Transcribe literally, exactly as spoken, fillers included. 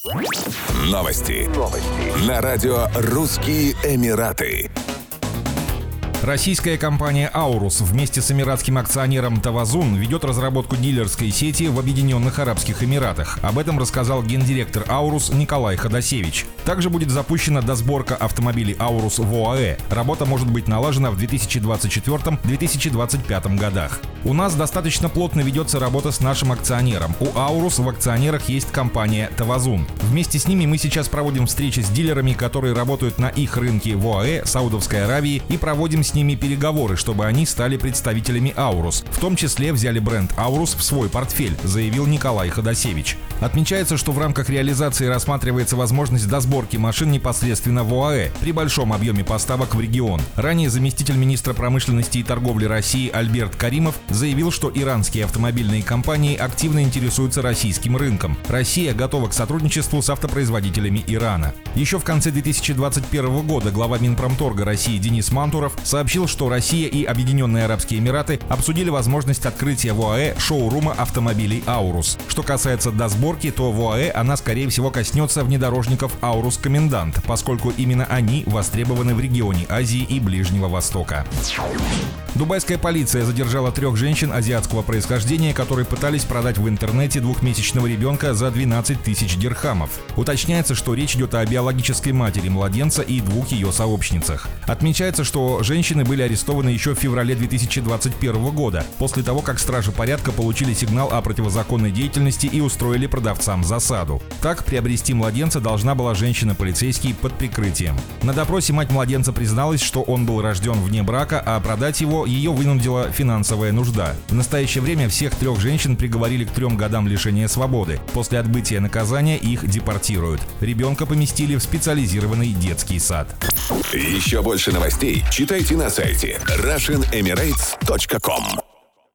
Новости. Новости. На радио «Русские Эмираты». Российская компания «Аурус» вместе с эмиратским акционером «Тавазун» ведет разработку дилерской сети в Объединенных Арабских Эмиратах. Об этом рассказал гендиректор «Аурус» Николай Ходосевич. Также будет запущена досборка автомобилей «Аурус» в ОАЭ. Работа может быть налажена в две тысячи двадцать четвёртом — две тысячи двадцать пятом годах. У нас достаточно плотно ведется работа с нашим акционером. У «Аурус» в акционерах есть компания «Тавазун». Вместе с ними мы сейчас проводим встречи с дилерами, которые работают на их рынке в ОАЭ, Саудовской Аравии, и проводим с ними переговоры, чтобы они стали представителями «Аурус». В том числе взяли бренд «Аурус» в свой портфель, заявил Николай Ходосевич. Отмечается, что в рамках реализации рассматривается возможность досборки машин непосредственно в ОАЭ при большом объеме поставок в регион. Ранее заместитель министра промышленности и торговли России Альберт Каримов заявил, что иранские автомобильные компании активно интересуются российским рынком. Россия готова к сотрудничеству с автопроизводителями Ирана. Еще в конце две тысячи двадцать первого года глава Минпромторга России Денис Мантуров сообщил, что Россия и Объединенные Арабские Эмираты обсудили возможность открытия в ОАЭ шоурума автомобилей «Аурус». Что касается досборки, то в ОАЭ она, скорее всего, коснется внедорожников «Аурус Комендант», поскольку именно они востребованы в регионе Азии и Ближнего Востока. Дубайская полиция задержала трех женщин азиатского происхождения, которые пытались продать в интернете двухмесячного ребенка за двенадцать тысяч дирхамов. Уточняется, что речь идет о биологической матери младенца и двух ее сообщницах. Отмечается, что женщины были арестованы еще в феврале две тысячи двадцать первого года, после того, как стражи порядка получили сигнал о противозаконной деятельности и устроили продавцам засаду. Так, приобрести младенца должна была женщина-полицейский под прикрытием. На допросе мать младенца призналась, что он был рожден вне брака, а продать его ее вынудила финансовая нужда. В настоящее время всех трех женщин приговорили к трем годам лишения свободы. После отбытия наказания их депортируют. Ребенка поместили в специализированный детский сад. Еще больше новостей читайте на сайте Russian Emirates точка ком.